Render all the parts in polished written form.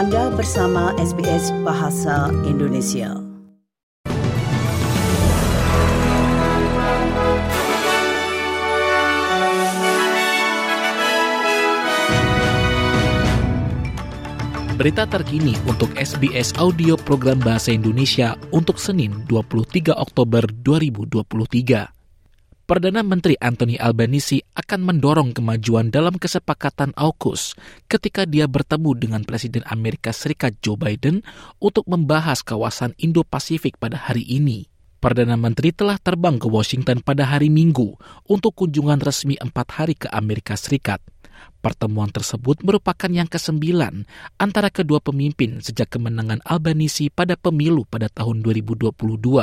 Anda bersama SBS Bahasa Indonesia. Berita terkini untuk SBS Audio Program Bahasa Indonesia untuk Senin 23 Oktober 2023. Perdana Menteri Anthony Albanese akan mendorong kemajuan dalam kesepakatan AUKUS ketika dia bertemu dengan Presiden Amerika Serikat Joe Biden untuk membahas kawasan Indo-Pasifik pada hari ini. Perdana Menteri telah terbang ke Washington pada hari Minggu untuk kunjungan resmi 4 hari ke Amerika Serikat. Pertemuan tersebut merupakan yang ke-9 antara kedua pemimpin sejak kemenangan Albanese pada pemilu pada tahun 2022.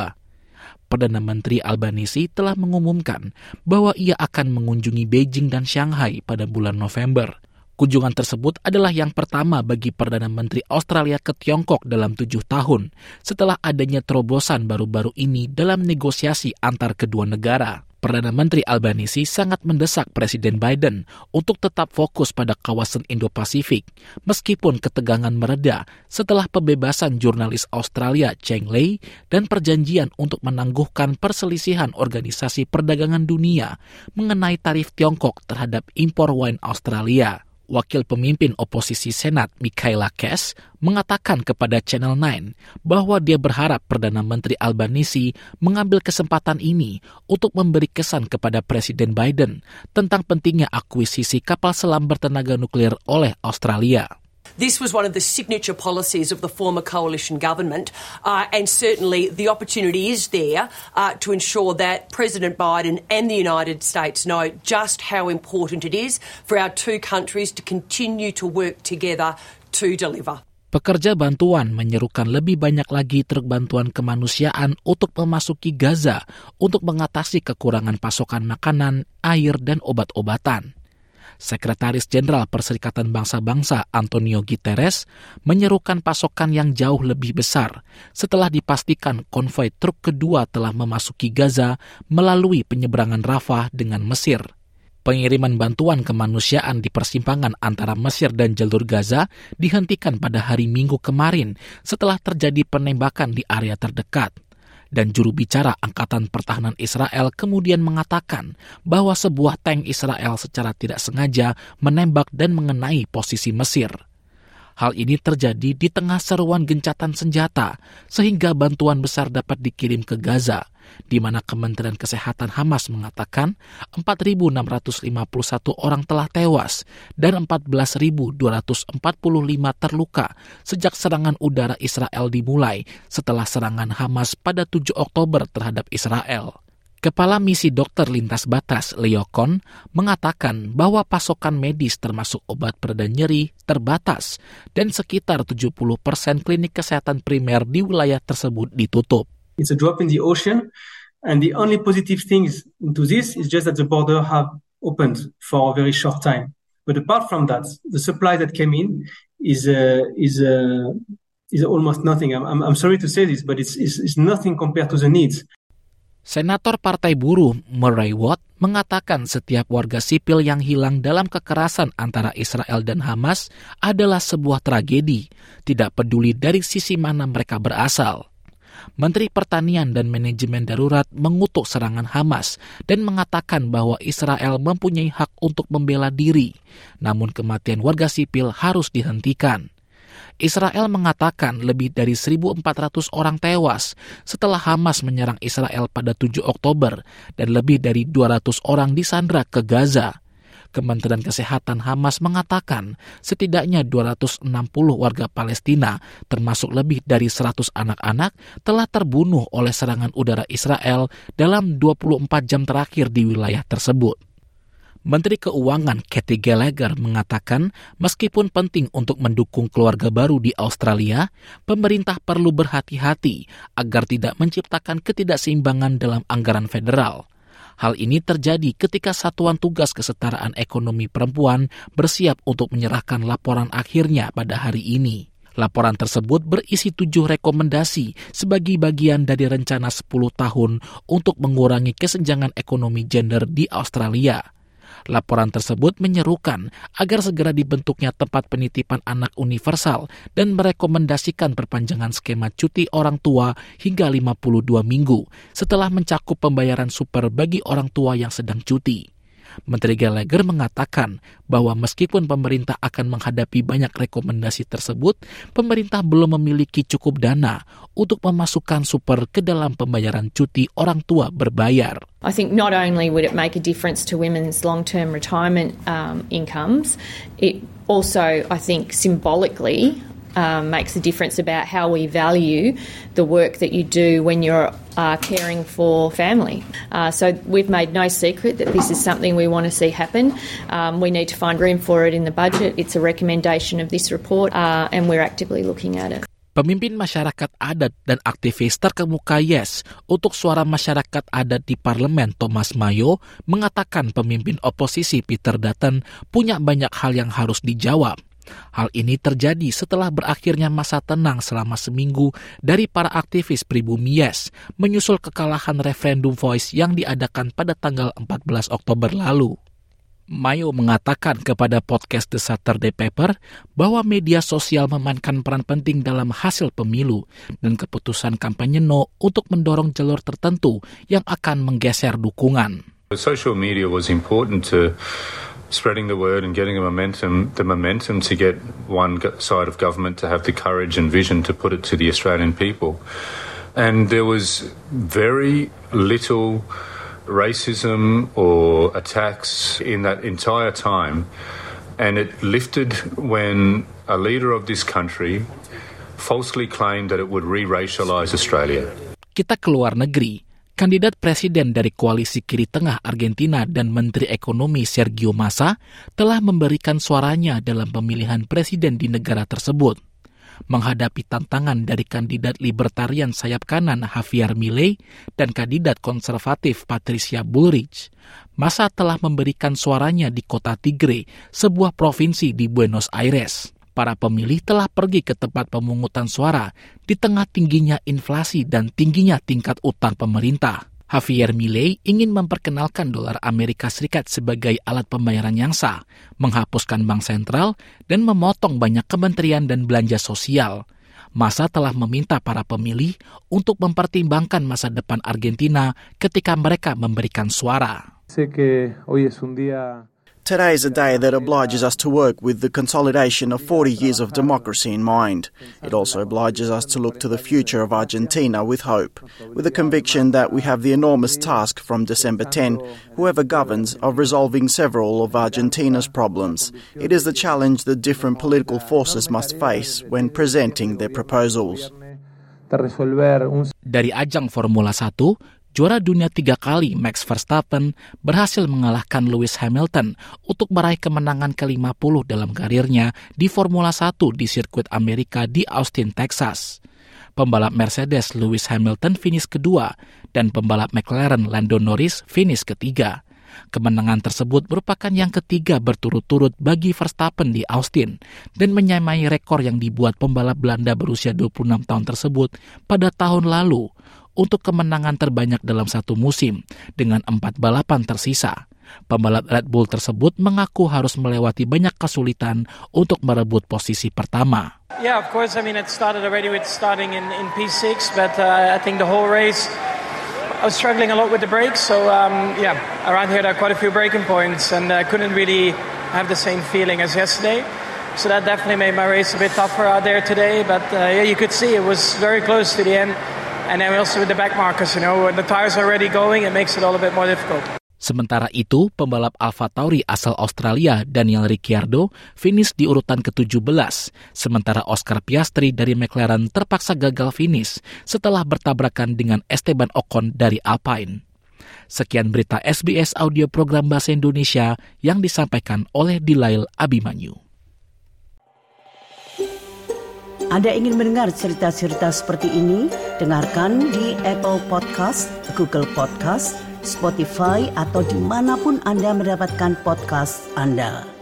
Perdana Menteri Albanese telah mengumumkan bahwa ia akan mengunjungi Beijing dan Shanghai pada bulan November. Kunjungan tersebut adalah yang pertama bagi Perdana Menteri Australia ke Tiongkok dalam 7 tahun, setelah adanya terobosan baru-baru ini dalam negosiasi antar kedua negara. Perdana Menteri Albanese sangat mendesak Presiden Biden untuk tetap fokus pada kawasan Indo-Pasifik, meskipun ketegangan mereda setelah pembebasan jurnalis Australia Cheng Lei dan perjanjian untuk menangguhkan perselisihan Organisasi Perdagangan Dunia mengenai tarif Tiongkok terhadap impor wine Australia. Wakil pemimpin oposisi Senat Michaela Cass mengatakan kepada Channel 9 bahwa dia berharap Perdana Menteri Albanese mengambil kesempatan ini untuk memberi kesan kepada Presiden Biden tentang pentingnya akuisisi kapal selam bertenaga nuklir oleh Australia. This was one of the signature policies of the former coalition government, and certainly the opportunity is there to ensure that President Biden and the United States know just how important it is for our two countries to continue to work together to deliver. Pekerja bantuan menyerukan lebih banyak lagi truk bantuan kemanusiaan untuk memasuki Gaza untuk mengatasi kekurangan pasokan makanan, air, dan obat-obatan. Sekretaris Jenderal Perserikatan Bangsa-Bangsa Antonio Guterres menyerukan pasokan yang jauh lebih besar setelah dipastikan konvoi truk kedua telah memasuki Gaza melalui penyeberangan Rafah dengan Mesir. Pengiriman bantuan kemanusiaan di persimpangan antara Mesir dan jalur Gaza dihentikan pada hari Minggu kemarin setelah terjadi penembakan di area terdekat. Dan juru bicara Angkatan Pertahanan Israel kemudian mengatakan bahwa sebuah tank Israel secara tidak sengaja menembak dan mengenai posisi Mesir. Hal ini terjadi di tengah seruan gencatan senjata sehingga bantuan besar dapat dikirim ke Gaza, di mana Kementerian Kesehatan Hamas mengatakan 4.651 orang telah tewas dan 14.245 terluka sejak serangan udara Israel dimulai setelah serangan Hamas pada 7 Oktober terhadap Israel. Kepala Misi Dokter Lintas Batas, Leo Kon, mengatakan bahwa pasokan medis termasuk obat pereda nyeri terbatas dan sekitar 70% klinik kesehatan primer di wilayah tersebut ditutup. It's a drop in the ocean, and the only positive things into this is just that the border have opened for a very short time. But apart from that, the supply that came in is almost nothing. I'm sorry to say this, but it's nothing compared to the needs. Senator Partai Buruh Murray Watt mengatakan setiap warga sipil yang hilang dalam kekerasan antara Israel dan Hamas adalah sebuah tragedi, tidak peduli dari sisi mana mereka berasal. Menteri Pertanian dan Manajemen Darurat mengutuk serangan Hamas dan mengatakan bahwa Israel mempunyai hak untuk membela diri, namun kematian warga sipil harus dihentikan. Israel mengatakan lebih dari 1.400 orang tewas setelah Hamas menyerang Israel pada 7 Oktober dan lebih dari 200 orang disandra ke Gaza. Kementerian Kesehatan Hamas mengatakan setidaknya 260 warga Palestina, termasuk lebih dari 100 anak-anak, telah terbunuh oleh serangan udara Israel dalam 24 jam terakhir di wilayah tersebut. Menteri Keuangan Katie Gallagher mengatakan meskipun penting untuk mendukung keluarga baru di Australia, pemerintah perlu berhati-hati agar tidak menciptakan ketidakseimbangan dalam anggaran federal. Hal ini terjadi ketika Satuan Tugas Kesetaraan Ekonomi Perempuan bersiap untuk menyerahkan laporan akhirnya pada hari ini. Laporan tersebut berisi 7 rekomendasi sebagai bagian dari rencana 10 tahun untuk mengurangi kesenjangan ekonomi gender di Australia. Laporan tersebut menyerukan agar segera dibentuknya tempat penitipan anak universal dan merekomendasikan perpanjangan skema cuti orang tua hingga 52 minggu setelah mencakup pembayaran super bagi orang tua yang sedang cuti. Menteri Gallagher mengatakan bahwa meskipun pemerintah akan menghadapi banyak rekomendasi tersebut, pemerintah belum memiliki cukup dana untuk memasukkan super ke dalam pembayaran cuti orang tua berbayar. I think not only would it make a difference to women's long-term retirement incomes, it also, I think, symbolically makes a difference about how we value the work that you do when you're caring for family. So we've made no secret that this is something we want to see happen. We need to find room for it in the budget. It's a recommendation of this report and we're actively looking at it. Pemimpin masyarakat adat dan aktivis terkemuka YES untuk suara masyarakat adat di parlemen Thomas Mayo mengatakan pemimpin oposisi Peter Dutton punya banyak hal yang harus dijawab. Hal ini terjadi setelah berakhirnya masa tenang selama seminggu dari para aktivis pribumi YES menyusul kekalahan referendum Voice yang diadakan pada tanggal 14 Oktober lalu. Mayo mengatakan kepada podcast The Saturday Paper bahwa media sosial memainkan peran penting dalam hasil pemilu dan keputusan kampanye no untuk mendorong jalur tertentu yang akan menggeser dukungan. Social media was important to spreading the word and getting the momentum to get one side of government to have the courage and vision to put it to the Australian people. And there was very little racism or attacks in that entire time. And it lifted when a leader of this country falsely claimed that it would re-racialize Australia. Kita keluar negeri. Kandidat presiden dari koalisi kiri tengah Argentina dan Menteri Ekonomi Sergio Massa telah memberikan suaranya dalam pemilihan presiden di negara tersebut. Menghadapi tantangan dari kandidat libertarian sayap kanan Javier Milei dan kandidat konservatif Patricia Bullrich, Massa telah memberikan suaranya di kota Tigre, sebuah provinsi di Buenos Aires. Para pemilih telah pergi ke tempat pemungutan suara di tengah tingginya inflasi dan tingginya tingkat utang pemerintah. Javier Milei ingin memperkenalkan dolar Amerika Serikat sebagai alat pembayaran yang sah, menghapuskan bank sentral, dan memotong banyak kementerian dan belanja sosial. Massa telah meminta para pemilih untuk mempertimbangkan masa depan Argentina ketika mereka memberikan suara. Today is a day that obliges us to work with the consolidation of 40 years of democracy in mind. It also obliges us to look to the future of Argentina with hope, with the conviction that we have the enormous task from December 10, whoever governs, of resolving several of Argentina's problems. It is the challenge that different political forces must face when presenting their proposals. Dari ajang Formula 1, juara dunia 3 kali Max Verstappen berhasil mengalahkan Lewis Hamilton untuk meraih kemenangan ke-50 dalam karirnya di Formula 1 di sirkuit Amerika di Austin, Texas. Pembalap Mercedes Lewis Hamilton finish kedua dan pembalap McLaren Lando Norris finish ketiga. Kemenangan tersebut merupakan yang ketiga berturut-turut bagi Verstappen di Austin dan menyamai rekor yang dibuat pembalap Belanda berusia 26 tahun tersebut pada tahun lalu untuk kemenangan terbanyak dalam satu musim dengan 4 balapan tersisa. Pembalap Red Bull tersebut mengaku harus melewati banyak kesulitan untuk merebut posisi pertama. Yeah, of course. I mean, it started already with starting in P6, but I think the whole race I was struggling a lot with the brakes. So around here there are quite a few braking points, and I couldn't really have the same feeling as yesterday. So that definitely made my race a bit tougher out there today. But you could see it was very close to the end. And then also with the back markers, when the tires are already going, it makes it all a bit more difficult. Sementara itu, pembalap AlphaTauri asal Australia, Daniel Ricciardo, finish di urutan ke-17, sementara Oscar Piastri dari McLaren terpaksa gagal finish setelah bertabrakan dengan Esteban Ocon dari Alpine. Sekian berita SBS Audio Program Bahasa Indonesia yang disampaikan oleh Dilail Abimanyu. Anda ingin mendengar cerita-cerita seperti ini? Dengarkan di Apple Podcast, Google Podcast, Spotify, atau dimanapun Anda mendapatkan podcast Anda.